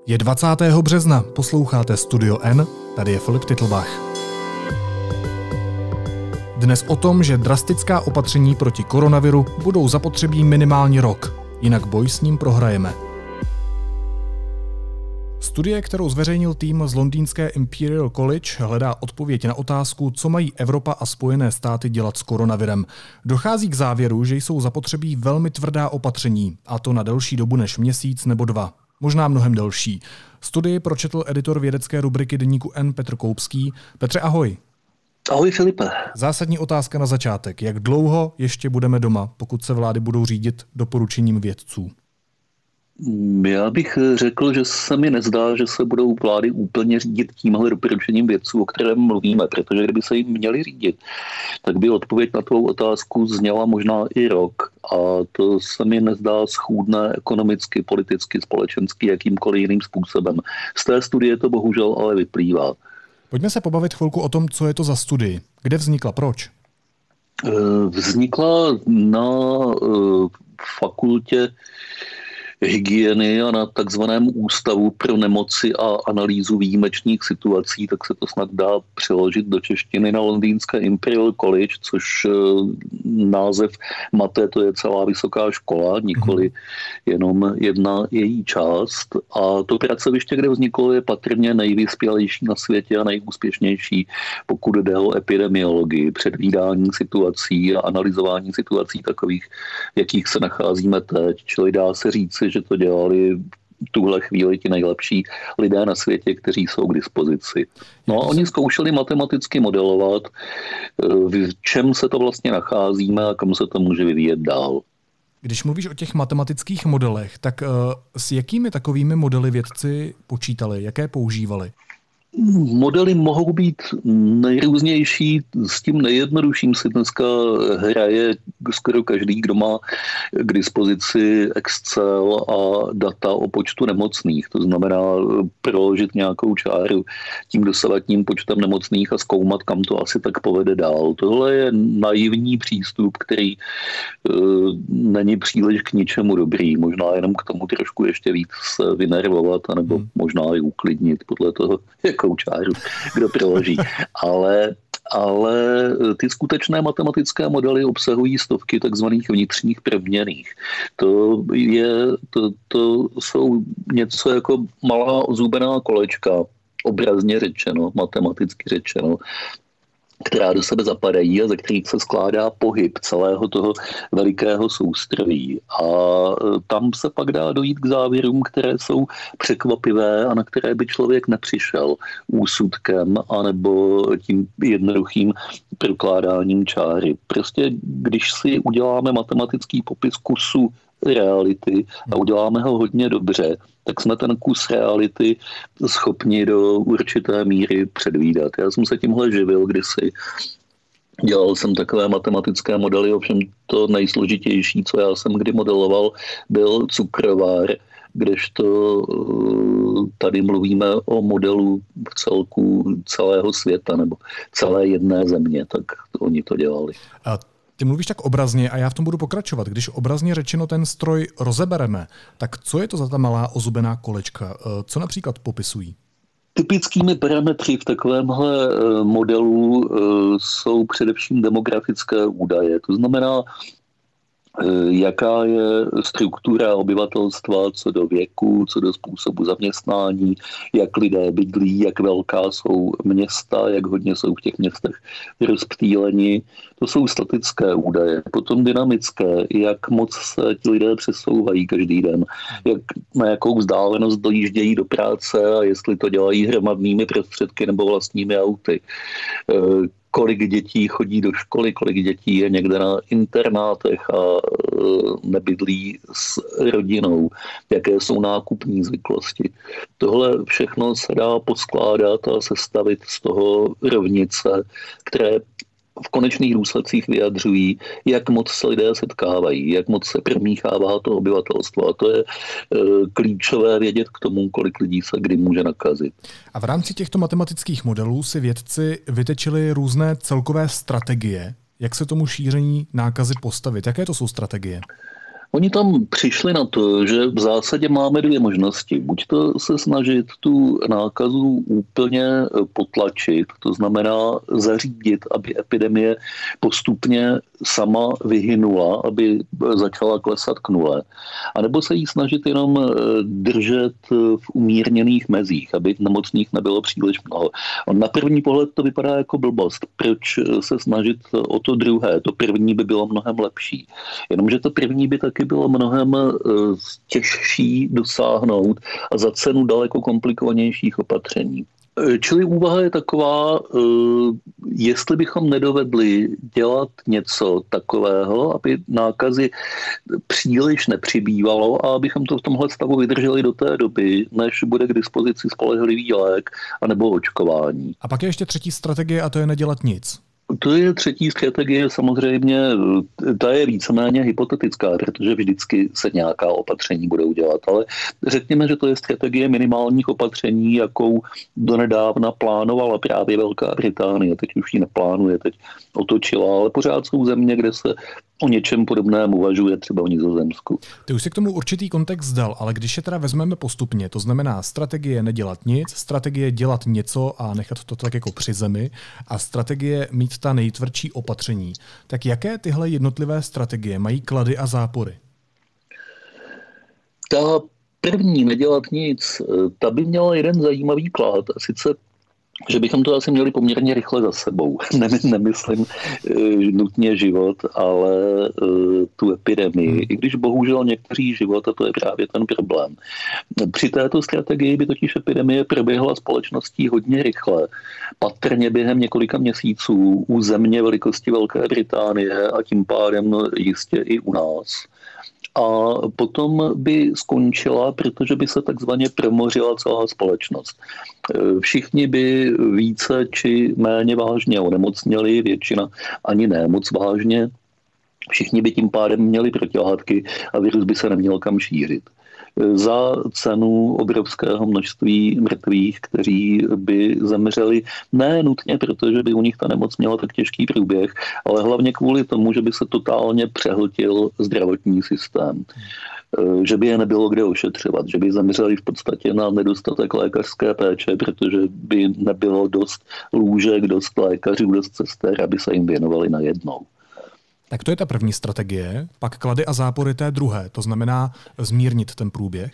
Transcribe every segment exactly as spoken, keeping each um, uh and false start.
Je dvacátého března, posloucháte Studio N, tady je Filip Titlbach. Dnes o tom, že drastická opatření proti koronaviru budou zapotřebí minimálně rok, jinak boj s ním prohrajeme. Studie, kterou zveřejnil tým z londýnské Imperial College, hledá odpověď na otázku, co mají Evropa a Spojené státy dělat s koronavirem. Dochází k závěru, že jsou zapotřebí velmi tvrdá opatření, a to na delší dobu než měsíc nebo dva. Možná mnohem delší. Studii pročetl editor vědecké rubriky deníku N Petr Koupský. Petře, ahoj. Ahoj Filipe. Zásadní otázka na začátek. Jak dlouho ještě budeme doma, pokud se vlády budou řídit doporučením vědců? Já bych řekl, že se mi nezdá, že se budou vlády úplně řídit tímhle doporučením vědců, o kterém mluvíme, protože kdyby se jim měli řídit, tak by odpověď na tvou otázku zněla možná i rok. A to se mi nezdá schůdné ekonomicky, politicky, společensky, jakýmkoliv jiným způsobem. Z té studie to bohužel ale vyplývá. Pojďme se pobavit chvilku o tom, co je to za studii. Kde vznikla, proč? Vznikla na fakultě hygieny a na takzvaném ústavu pro nemoci a analýzu výjimečných situací, tak se to snad dá přeložit do češtiny, na londýnské Imperial College, což název mate, to je celá vysoká škola, nikoli jenom jedna její část. A to pracoviště, kde vzniklo, je patrně nejvyspělejší na světě a nejúspěšnější, pokud jde o epidemiologii, předvídání situací a analyzování situací takových, jakých se nacházíme teď. Čili dá se říci, že to dělali v tuhle chvíli ti nejlepší lidé na světě, kteří jsou k dispozici. No a oni zkoušeli matematicky modelovat, v čem se to vlastně nacházíme a kam se to může vyvíjet dál. Když mluvíš o těch matematických modelech, tak uh, s jakými takovými modely vědci počítali? Jaké používali? Modely mohou být nejrůznější, s tím nejjednodušším si dneska hraje skoro každý, kdo má k dispozici Excel a data o počtu nemocných. To znamená proložit nějakou čáru tím dosavadním počtem nemocných a zkoumat, kam to asi tak povede dál. Tohle je naivní přístup, který uh, není příliš k ničemu dobrý. Možná jenom k tomu trošku ještě víc se vynervovat, anebo hmm. možná i uklidnit podle toho, jakou čáru kdo proloží. Ale ale ty skutečné matematické modely obsahují stovky takzvaných vnitřních proměnných. To, je, to, to jsou něco jako malá ozúbená kolečka, obrazně řečeno, matematicky řečeno, která do sebe zapadají a ze kterých se skládá pohyb celého toho velikého soustrojí. A tam se pak dá dojít k závěrům, které jsou překvapivé a na které by člověk nepřišel úsudkem anebo tím jednoduchým prokládáním čáry. Prostě když si uděláme matematický popis kusu reality a uděláme ho hodně dobře, tak jsme ten kus reality schopni do určité míry předvídat. Já jsem se tímhle živil kdysi. Dělal jsem takové matematické modely, ovšem to nejsložitější, co já jsem kdy modeloval, byl cukrovar, kdežto tady mluvíme o modelu v celku celého světa nebo celé jedné země, tak oni to dělali. A ty mluvíš tak obrazně a já v tom budu pokračovat. Když obrazně řečeno ten stroj rozebereme, tak co je to za ta malá ozubená kolečka? Co například popisují? Typickými parametry v takovémhle modelu jsou především demografické údaje. To znamená, jaká je struktura obyvatelstva co do věku, co do způsobu zaměstnání, jak lidé bydlí, jak velká jsou města, jak hodně jsou v těch městech rozptýleni. To jsou statické údaje. Potom dynamické, jak moc se ti lidé přesouvají každý den, jak, na jakou vzdálenost dojíždějí do práce a jestli to dělají hromadnými prostředky nebo vlastními auty. Kolik dětí chodí do školy, kolik dětí je někde na internátech a nebydlí s rodinou, jaké jsou nákupní zvyklosti. Tohle všechno se dá poskládat a sestavit z toho rovnice, které v konečných důsledcích vyjadřují, jak moc se lidé setkávají, jak moc se promíchává to obyvatelstvo. A to je e, klíčové vědět k tomu, kolik lidí se kdy může nakazit. A v rámci těchto matematických modelů si vědci vytečili různé celkové strategie, jak se tomu šíření nákazy postavit. Jaké to jsou strategie? Oni tam přišli na to, že v zásadě máme dvě možnosti. Buď to se snažit tu nákazu úplně potlačit, to znamená zařídit, aby epidemie postupně sama vyhynula, aby začala klesat k nule. A nebo se jí snažit jenom držet v umírněných mezích, aby nemocných nebylo příliš mnoho. Na první pohled to vypadá jako blbost. Proč se snažit o to druhé? To první by bylo mnohem lepší. Jenomže to první by taky bylo mnohem těžší dosáhnout a za cenu daleko komplikovanějších opatření. Čili úvaha je taková, jestli bychom nedovedli dělat něco takového, aby nákazy příliš nepřibývalo a abychom to v tomhle stavu vydrželi do té doby, než bude k dispozici spolehlivý lék anebo očkování. A pak je ještě třetí strategie a to je nedělat nic. To je třetí strategie, samozřejmě, ta je víceméně hypotetická, protože vždycky se nějaká opatření budou dělat, ale řekněme, že to je strategie minimálních opatření, jakou donedávna plánovala právě Velká Británie, teď už ji neplánuje, teď otočila, ale pořád jsou země, kde se o něčem podobném uvažuje, třeba v Nizozemsku. Ty už si k tomu určitý kontext dal, ale když je teda vezmeme postupně, to znamená strategie nedělat nic, strategie dělat něco a nechat to tak jako při zemi a strategie mít ta nejtvrdší opatření, tak jaké tyhle jednotlivé strategie mají klady a zápory? Ta první nedělat nic, ta by měla jeden zajímavý klad, a sice že bychom to asi měli poměrně rychle za sebou. Nemyslím nutně život, ale tu epidemii. I když bohužel někteří život, a to je právě ten problém. Při této strategii by totiž epidemie proběhla společností hodně rychle. Patrně během několika měsíců u země velikosti Velké Británie a tím pádem jistě i u nás. A potom by skončila, protože by se takzvaně promořila celá společnost. Všichni by více či méně vážně onemocněli, většina ani ne moc vážně. Všichni by tím pádem měli protilátky a virus by se neměl kam šířit. Za cenu obrovského množství mrtvých, kteří by zemřeli ne nutně, protože by u nich ta nemoc měla tak těžký průběh, ale hlavně kvůli tomu, že by se totálně přehltil zdravotní systém. Že by je nebylo kde ošetřovat, že by zemřeli v podstatě na nedostatek lékařské péče, protože by nebylo dost lůžek, dost lékařů, dost sester, aby se jim věnovali najednou. Tak to je ta první strategie, pak klady a zápory té druhé, to znamená zmírnit ten průběh?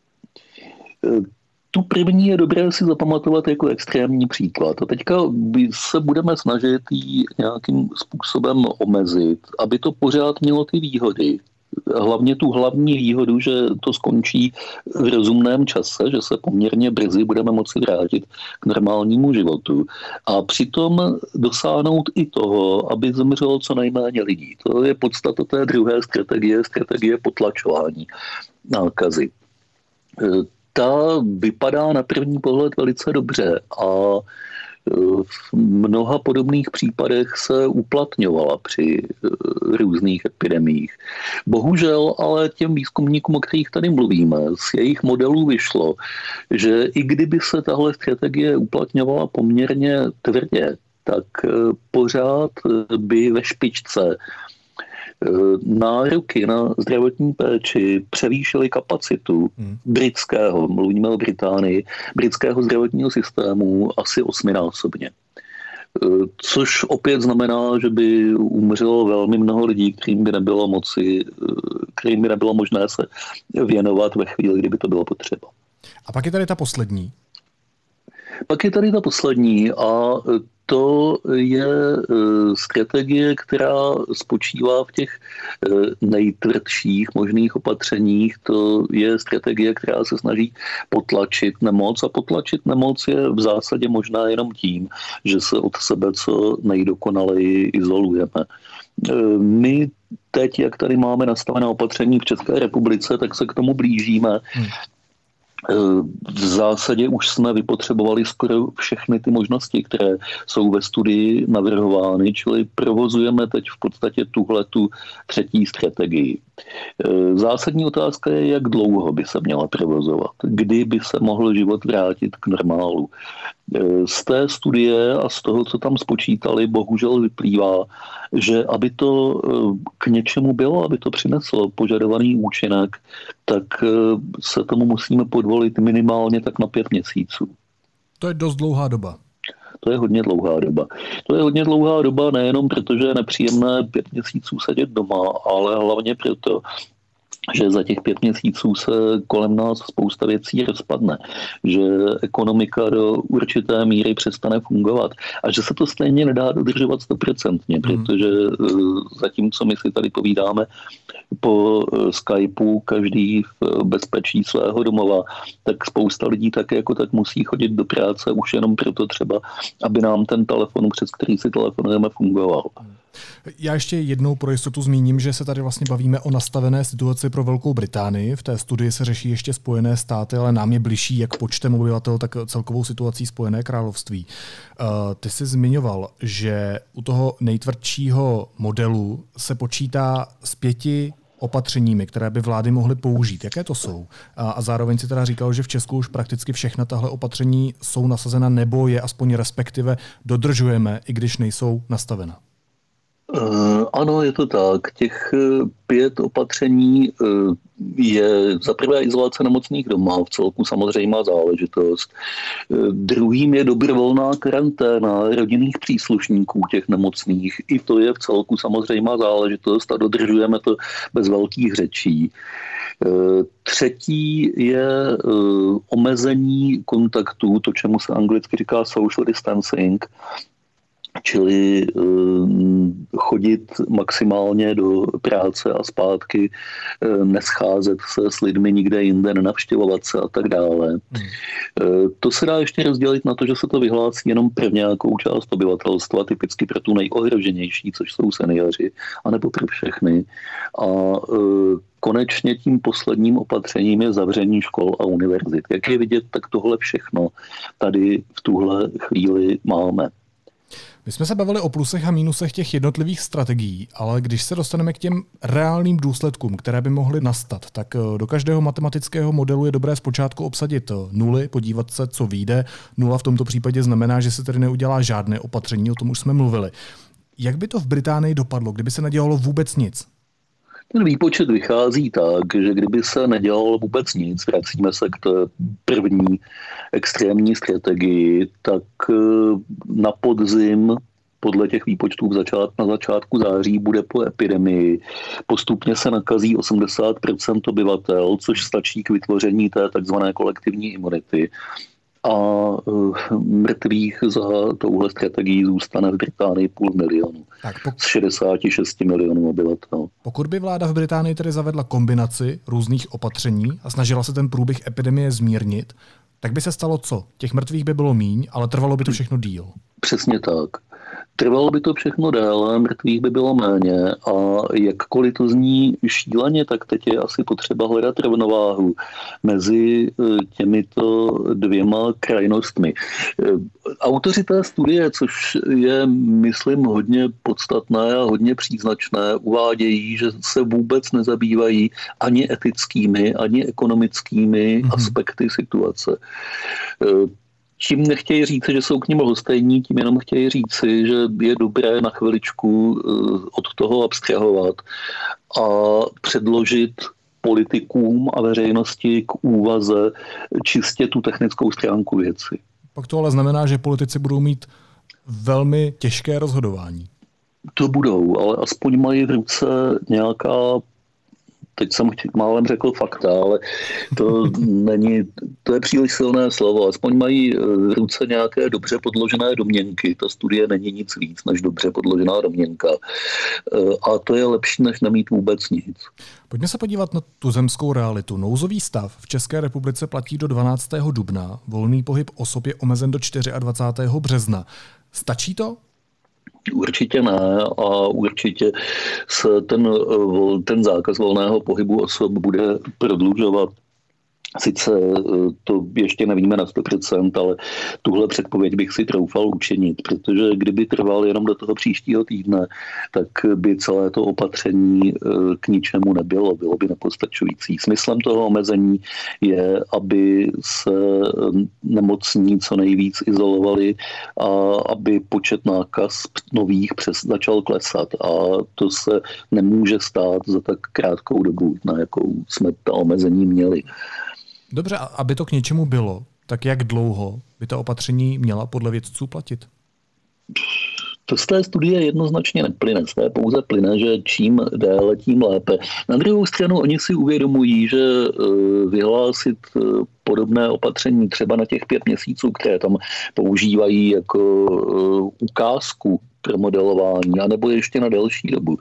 Tu první je dobré si zapamatovat jako extrémní příklad. A teďka se budeme snažit ji nějakým způsobem omezit, aby to pořád mělo ty výhody. Hlavně tu hlavní výhodu, že to skončí v rozumném čase, že se poměrně brzy budeme moci vrátit k normálnímu životu a přitom dosáhnout i toho, aby zemřelo co nejméně lidí. To je podstata té druhé strategie, strategie potlačování nákazy. Ta vypadá na první pohled velice dobře a v mnoha podobných případech se uplatňovala při různých epidemiích. Bohužel ale těm výzkumníkům, o kterých tady mluvíme, z jejich modelů vyšlo, že i kdyby se tahle strategie uplatňovala poměrně tvrdě, tak pořád by ve špičce nároky na zdravotní péči převýšily kapacitu hmm. britského, mluvíme o Británii, britského zdravotního systému asi osminásobně. Což opět znamená, že by umřelo velmi mnoho lidí, kterým by nebylo moci, kterým by nebylo možné se věnovat ve chvíli, kdyby to bylo potřeba. A pak je tady ta poslední. Pak je tady ta poslední a to je strategie, která spočívá v těch nejtvrdších možných opatřeních. To je strategie, která se snaží potlačit nemoc a potlačit nemoc je v zásadě možná jenom tím, že se od sebe co nejdokonaleji izolujeme. My teď, jak tady máme nastavené opatření v České republice, tak se k tomu blížíme. Hmm. V zásadě už jsme vypotřebovali skoro všechny ty možnosti, které jsou ve studii navrhovány, čili provozujeme teď v podstatě tuhletu třetí strategii. Zásadní otázka je, jak dlouho by se měla provozovat, kdy by se mohl život vrátit k normálu. Z té studie a z toho, co tam spočítali, bohužel vyplývá, že aby to k něčemu bylo, aby to přineslo požadovaný účinek, tak se tomu musíme podvolit minimálně tak na pět měsíců. To je dost dlouhá doba. To je hodně dlouhá doba. To je hodně dlouhá doba nejenom proto, že je nepříjemné pět měsíců sedět doma, ale hlavně proto, že za těch pět měsíců se kolem nás spousta věcí rozpadne, že ekonomika do určité míry přestane fungovat a že se to stejně nedá dodržovat stoprocentně, protože zatímco my si tady povídáme po Skypeu každý v bezpečí svého domova, tak spousta lidí tak jako tak musí chodit do práce už jenom proto třeba, aby nám ten telefon, přes který si telefonujeme, fungoval. Já ještě jednou pro jistotu zmíním, že se tady vlastně bavíme o nastavené situaci pro Velkou Británii. V té studii se řeší ještě Spojené státy, ale nám je bližší jak počtem obyvatel, tak celkovou situací Spojené království. Uh, ty jsi zmiňoval, že u toho nejtvrdšího modelu se počítá s pěti opatřeními, které by vlády mohly použít. Jaké to jsou? A, a zároveň si teda říkal, že v Česku už prakticky všechna tahle opatření jsou nasazena nebo je aspoň respektive dodržujeme, i když nejsou nastavena. Uh, ano, je to tak. Těch pět opatření uh, je za prvé izolace nemocných doma, v celku samozřejmá záležitost. Uh, druhým je dobrovolná karanténa rodinných příslušníků těch nemocných. I to je v celku samozřejmá záležitost a dodržujeme to bez velkých řečí. Uh, třetí je uh, omezení kontaktů, to, čemu se anglicky říká social distancing, čili chodit maximálně do práce a zpátky, nescházet se s lidmi nikde jinde, nenavštěvovat se a tak dále. Hmm. To se dá ještě rozdělit na to, že se to vyhlásí jenom pro nějakou část obyvatelstva, typicky pro tu nejohroženější, což jsou seniori, anebo pro všechny. A konečně tím posledním opatřením je zavření škol a univerzit. Jak je vidět, tak tohle všechno tady v tuhle chvíli máme. My jsme se bavili o plusech a mínusech těch jednotlivých strategií, ale když se dostaneme k těm reálným důsledkům, které by mohly nastat, tak do každého matematického modelu je dobré zpočátku obsadit nuly, podívat se, co vyjde. Nula v tomto případě znamená, že se tedy neudělá žádné opatření, o tom už jsme mluvili. Jak by to v Británii dopadlo, kdyby se nedělalo vůbec nic? Ten výpočet vychází tak, že kdyby se nedělalo vůbec nic, vracíme se k té první extrémní strategii, tak na podzim podle těch výpočtů v začát, na začátku září bude po epidemii. Postupně se nakazí osmdesát procent obyvatel, což stačí k vytvoření té takzvané kolektivní imunity. A mrtvých za touhle strategií zůstane v Británii půl milionu. Tak pok- z šedesát šest milionů obyvatel. Pokud by vláda v Británii tedy zavedla kombinaci různých opatření a snažila se ten průběh epidemie zmírnit, tak by se stalo co? Těch mrtvých by bylo míň, ale trvalo by to všechno díl. Přesně tak. Trvalo by to všechno déle, mrtvých by bylo méně a jakkoliv to zní šíleně, tak teď je asi potřeba hledat rovnováhu mezi těmito dvěma krajnostmi. Autoři té studie, což je, myslím, hodně podstatné a hodně příznačné, uvádějí, že se vůbec nezabývají ani etickými, ani ekonomickými mm-hmm. aspekty situace. Tím nechtějí říci, že jsou k nim lhostejní, tím jenom chtějí říci, že je dobré na chviličku od toho abstrahovat a předložit politikům a veřejnosti k úvaze čistě tu technickou stránku věci. Pak to ale znamená, že politici budou mít velmi těžké rozhodování. To budou, ale aspoň mají v ruce nějaká, teď jsem málem řekl fakta, ale to není, to je příliš silné slovo. Aspoň mají v ruce nějaké dobře podložené domněnky. Ta studie není nic víc než dobře podložená domněnka. A to je lepší, než nemít vůbec nic. Pojďme se podívat na tu zemskou realitu. Nouzový stav v České republice platí do dvanáctého dubna. Volný pohyb osob je omezen do dvacátého čtvrtého března. Stačí to? Určitě ne a určitě se ten, ten zákaz volného pohybu osob bude prodlužovat Sice to ještě nevíme na sto procent, ale tuhle předpověď bych si troufal učinit, protože kdyby trval jenom do toho příštího týdne, tak by celé to opatření k ničemu nebylo, bylo by nepostačující. Smyslem toho omezení je, aby se nemocní co nejvíc izolovali a aby počet nákaz nových přes začal klesat. A to se nemůže stát za tak krátkou dobu, na jakou jsme ta omezení měli. Dobře, aby to k něčemu bylo, tak jak dlouho by ta opatření měla podle vědců platit? To z té studie jednoznačně neplyne. Z té pouze plyne, že čím déle, tím lépe. Na druhou stranu oni si uvědomují, že vyhlásit podobné opatření třeba na těch pět měsíců, které tam používají jako ukázku pro modelování, anebo ještě na delší dobu,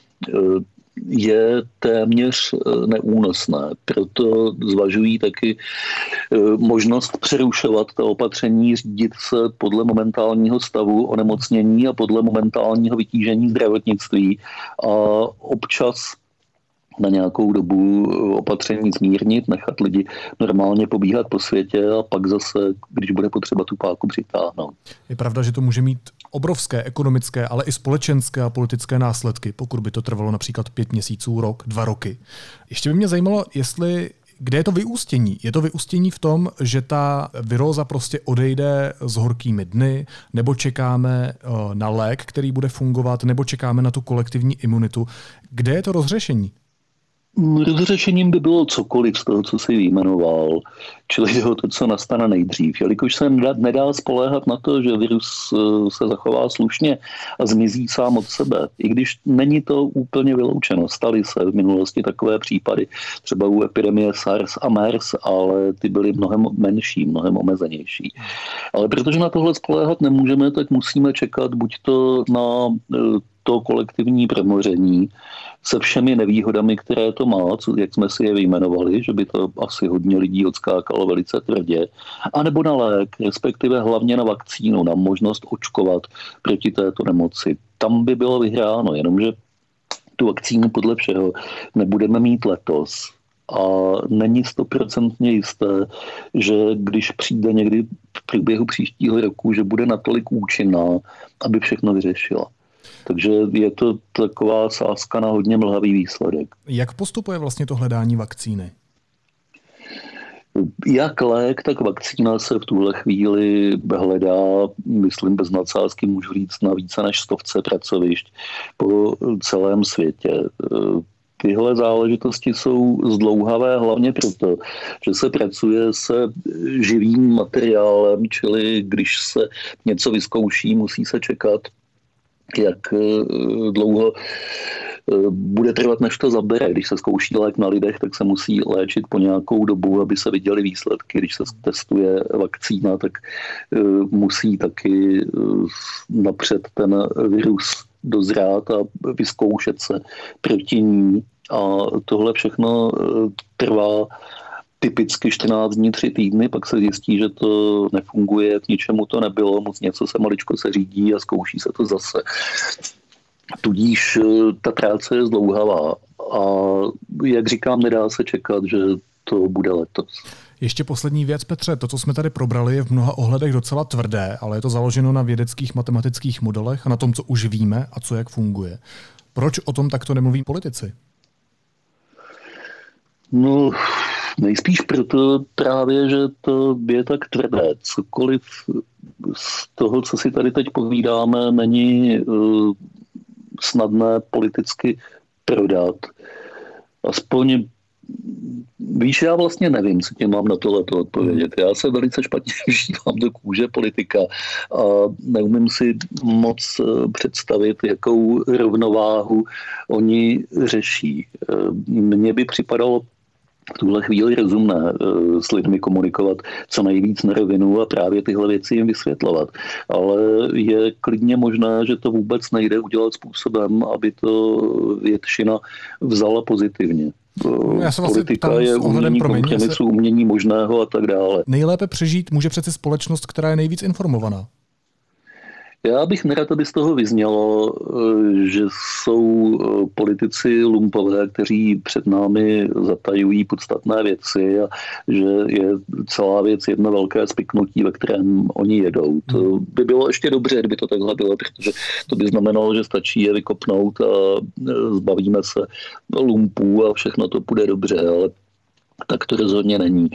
je téměř neúnosné. Proto zvažují taky možnost přerušovat ta opatření, řídit se podle momentálního stavu onemocnění a podle momentálního vytížení zdravotnictví a občas na nějakou dobu opatření zmírnit, nechat lidi normálně pobíhat po světě a pak zase, když bude potřeba, tu páku přitáhnout. Je pravda, že to může mít obrovské ekonomické, ale i společenské a politické následky, pokud by to trvalo například pět měsíců, rok, dva roky. Ještě by mě zajímalo, jestli kde je to vyústění? Je to vyústění v tom, že ta viróza prostě odejde s horkými dny, nebo čekáme na lék, který bude fungovat, nebo čekáme na tu kolektivní imunitu? Kde je to rozřešení? Rozřešením by bylo cokoliv z toho, co si vyjmenoval, čili to, co nastane nejdřív. Jelikož se nedá spoléhat na to, že virus se zachová slušně a zmizí sám od sebe. I když není to úplně vyloučeno. Staly se v minulosti takové případy, třeba u epidemie SARS a MERS, ale ty byly mnohem menší, mnohem omezenější. Ale protože na tohle spoléhat nemůžeme, tak musíme čekat buď to na to kolektivní promoření se všemi nevýhodami, které to má, co, jak jsme si je vyjmenovali, že by to asi hodně lidí odskákalo velice tvrdě, anebo na lék, respektive hlavně na vakcínu, na možnost očkovat proti této nemoci. Tam by bylo vyhráno, jenomže tu vakcínu podle všeho nebudeme mít letos. A není stoprocentně jisté, že když přijde někdy v průběhu příštího roku, že bude natolik účinná, aby všechno vyřešila. Takže je to taková sázka na hodně mlhavý výsledek. Jak postupuje vlastně to hledání vakcíny? Jak lék, tak vakcína se v tuhle chvíli hledá, myslím bez nadsázky můžu říct, na více než stovce pracovišť po celém světě. Tyhle záležitosti jsou zdlouhavé hlavně proto, že se pracuje se živým materiálem, čili když se něco vyzkouší, musí se čekat, jak dlouho bude trvat, než to zabere. Když se zkouší lék na lidech, tak se musí léčit po nějakou dobu, aby se viděly výsledky. Když se testuje vakcína, tak musí taky napřed ten virus dozrát a vyzkoušet se proti ní. A tohle všechno trvá typicky čtrnáct dní, tři týdny, pak se zjistí, že to nefunguje, k ničemu to nebylo, moc něco se maličko se řídí a zkouší se to zase. Tudíž ta práce je zdlouhavá a jak říkám, nedá se čekat, že to bude letos. Ještě poslední věc, Petře, to, co jsme tady probrali, je v mnoha ohledech docela tvrdé, ale je to založeno na vědeckých matematických modelech a na tom, co už víme a co jak funguje. Proč o tom takto nemluví politici? No, nejspíš proto právě, že to je tak tvrdé. Cokoliv z toho, co si tady teď povídáme, není uh, snadné politicky prodat. Aspoň víš, já vlastně nevím, co tě mám na tohleto odpovědět. Já se velice špatně vžívám do kůže politika a neumím si moc představit, jakou rovnováhu oni řeší. Mně by připadalo v tuhle chvíli rozumné s lidmi komunikovat co nejvíc na rovinu a právě tyhle věci jim vysvětlovat. Ale je klidně možné, že to vůbec nejde udělat způsobem, aby to většina vzala pozitivně. Já se vlastně politika je umění kompromisu, se... umění možného a tak dále. Nejlépe přežít může přece společnost, která je nejvíc informovaná. Já bych nerad, aby z toho vyznělo, že jsou politici lumpové, kteří před námi zatajují podstatné věci a že je celá věc jedno velké spiknutí, ve kterém oni jedou. To by bylo ještě dobře, kdyby to takhle bylo, protože to by znamenalo, že stačí je vykopnout a zbavíme se lumpů a všechno to půjde dobře, ale tak to rozhodně není.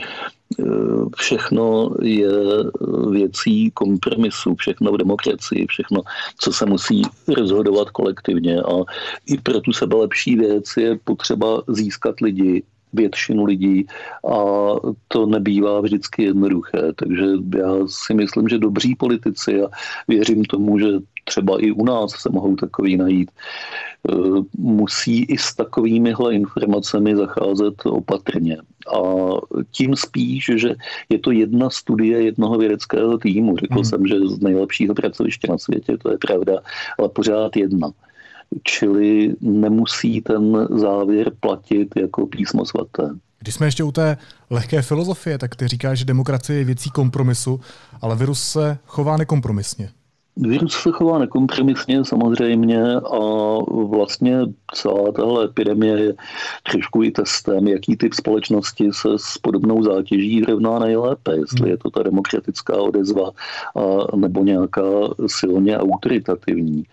Všechno je věcí kompromisu, všechno v demokracii, všechno, co se musí rozhodovat kolektivně. A i pro tu sebelepší věc je potřeba získat lidi, většinu lidí a to nebývá vždycky jednoduché. Takže já si myslím, že dobří politici a věřím tomu, že třeba i u nás se mohou takový najít, musí i s takovýmihle informacemi zacházet opatrně. A tím spíš, že je to jedna studie jednoho vědeckého týmu. Řekl hmm. jsem, že z nejlepšího pracoviště na světě, to je pravda, ale pořád jedna. Čili nemusí ten závěr platit jako písmo svaté. Když jsme ještě u té lehké filozofie, tak ty říkáš, že demokracie je věcí kompromisu, ale virus se chová nekompromisně. Virus se chová nekompromisně samozřejmě a vlastně celá tahle epidemie je trošku i testem, jaký typ společnosti se s podobnou zátěží rovná nejlépe, jestli je to ta demokratická odezva a, nebo nějaká silně autoritativní.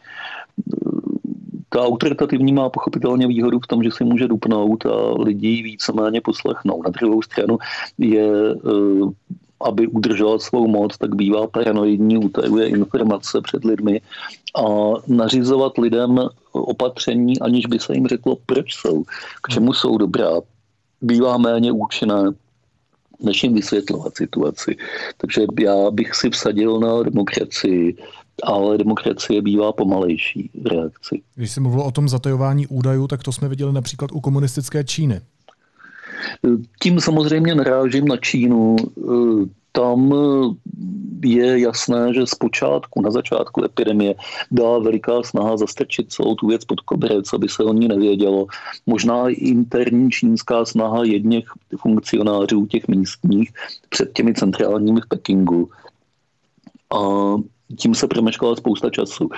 Ta autoritativní má pochopitelně výhodu v tom, že si může dupnout a lidi víceméně poslechnou. Na druhou stranu je, aby udržela svou moc, tak bývá paranoidní, utajuje informace před lidmi a nařizovat lidem opatření, aniž by se jim řeklo, proč jsou, k čemu jsou dobrá, bývá méně účinné, než jim vysvětlovat situaci. Takže já bych si vsadil na demokracii, ale demokracie bývá pomalejší v reakci. Když jsi mluvil o tom zatajování údajů, tak to jsme viděli například u komunistické Číny. Tím samozřejmě narážím na Čínu. Tam je jasné, že zpočátku, na začátku epidemie byla veliká snaha zastrčit celou tu věc pod koberec, aby se o ní nevědělo. Možná i interní čínská snaha jedněch funkcionářů, těch místních, před těmi centrálními v Pekingu. A tím se promeškala spousta času.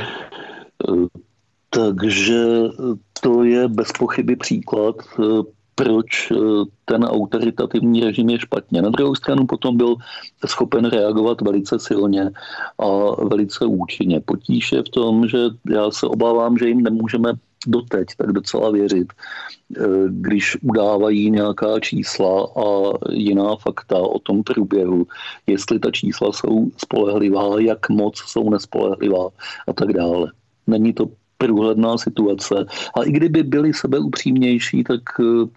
Takže to je bez pochyby příklad, proč ten autoritativní režim je špatně. Na druhou stranu potom byl schopen reagovat velice silně a velice účinně. Potíž je v tom, že já se obávám, že jim nemůžeme doteď tak docela věřit, když udávají nějaká čísla a jiná fakta o tom průběhu, jestli ta čísla jsou spolehlivá, jak moc jsou nespolehlivá a tak dále. Není to průhledná situace. A i kdyby byli sebeupřímnější, tak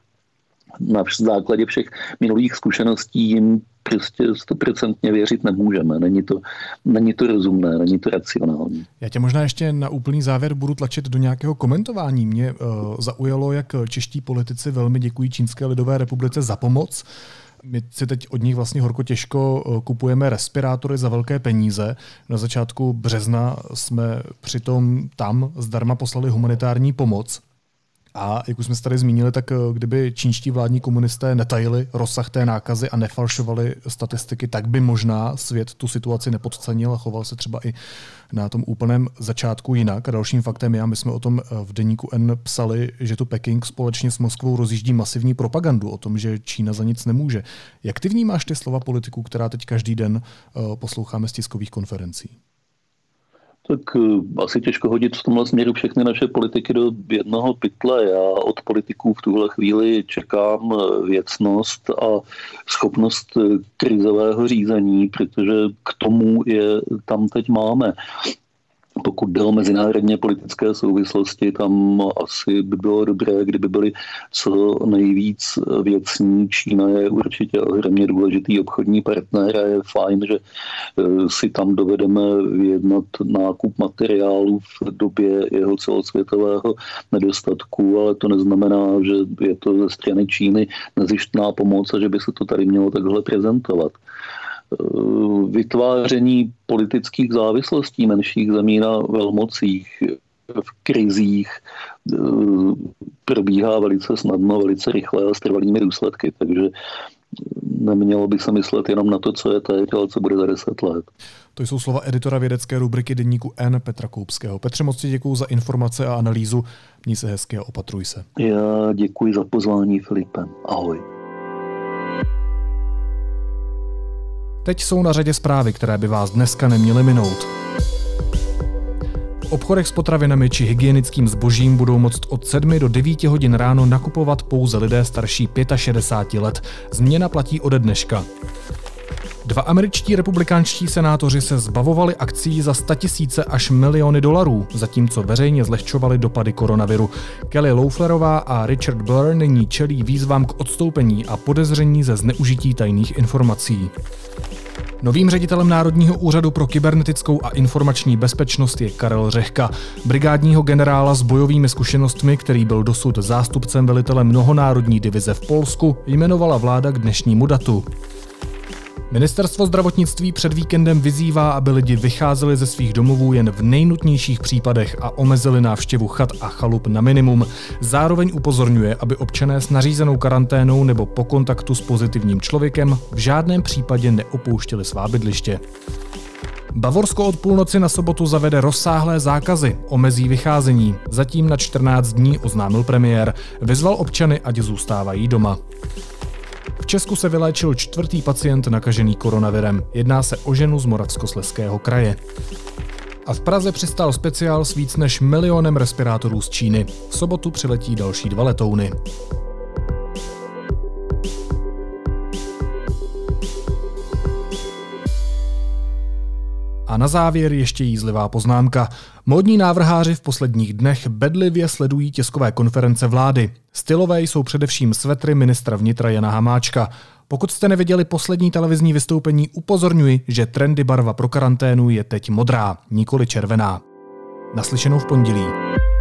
na základě všech minulých zkušeností jim prostě stoprocentně věřit nemůžeme. Není to, není to rozumné, není to racionální. Já tě možná ještě na úplný závěr budu tlačit do nějakého komentování. Mě uh, zaujalo, jak čeští politici velmi děkují Čínské lidové republice za pomoc. My si teď od nich vlastně horko těžko kupujeme respirátory za velké peníze. Na začátku března jsme přitom tam zdarma poslali humanitární pomoc. A jak už jsme se tady zmínili, tak kdyby čínští vládní komunisté netajili rozsah té nákazy a nefalšovali statistiky, tak by možná svět tu situaci nepodcenil a choval se třeba i na tom úplném začátku jinak. A dalším faktem je, a my jsme o tom v deníku N psali, že tu Peking společně s Moskvou rozjíždí masivní propagandu o tom, že Čína za nic nemůže. Jak ty vnímáš ty slova politiků, která teď každý den posloucháme z tiskových konferencí? Tak asi těžko hodit v tomhle směru všechny naše politiky do jednoho pytle. Já od politiků v tuhle chvíli čekám věcnost a schopnost krizového řízení, protože k tomu je tam teď máme. Pokud jde o mezinárodně politické souvislosti, tam asi by bylo dobré, kdyby byly co nejvíc věcní. Čína je určitě ohromně důležitý obchodní partner a je fajn, že si tam dovedeme vyjednat nákup materiálu v době jeho celosvětového nedostatku, ale to neznamená, že je to ze strany Číny nezištná pomoc a že by se to tady mělo takhle prezentovat. Vytváření politických závislostí menších zemí na velmocích v krizích probíhá velice snadno, velice rychle a s trvalými důsledky. Takže nemělo by se myslet jenom na to, co je teď, ale co bude za deset let. To jsou slova editora vědecké rubriky deníku N Petra Koupského. Petře, moc ti děkuju za informace a analýzu. Měj se hezky a opatruj se. Já děkuji za pozvání, Filipe. Ahoj. Teď jsou na řadě zprávy, které by vás dneska neměly minout. V obchodech s potravinami či hygienickým zbožím budou moct od sedmi do devíti hodin ráno nakupovat pouze lidé starší šedesáti pěti let. Změna platí ode dneška. Dva američtí republikánští senátoři se zbavovali akcií za statisíce až miliony dolarů, zatímco veřejně zlehčovali dopady koronaviru. Kelly Loefflerová a Richard Burr nyní čelí výzvám k odstoupení a podezření ze zneužití tajných informací. Novým ředitelem Národního úřadu pro kybernetickou a informační bezpečnost je Karel Řehka, brigádního generála s bojovými zkušenostmi, který byl dosud zástupcem velitele mnohonárodní divize v Polsku, jmenovala vláda k dnešnímu datu. Ministerstvo zdravotnictví před víkendem vyzývá, aby lidi vycházeli ze svých domovů jen v nejnutnějších případech a omezili návštěvu chat a chalup na minimum. Zároveň upozorňuje, aby občané s nařízenou karanténou nebo po kontaktu s pozitivním člověkem v žádném případě neopouštěli svá bydliště. Bavorsko od půlnoci na sobotu zavede rozsáhlé zákazy, omezí vycházení. Zatím na čtrnáct dní oznámil premiér. Vyzval občany, ať zůstávají doma. V Česku se vyléčil čtvrtý pacient nakažený koronavirem. Jedná se o ženu z Moravskoslezského kraje. A v Praze přistál speciál s víc než milionem respirátorů z Číny. V sobotu přiletí další dva letouny. A na závěr ještě jízlivá poznámka. Módní návrháři v posledních dnech bedlivě sledují tiskové konference vlády. Stylové jsou především svetry ministra vnitra Jana Hamáčka. Pokud jste neviděli poslední televizní vystoupení, upozorňuji, že trendy barva pro karanténu je teď modrá, nikoli červená. Naslyšenou v pondělí.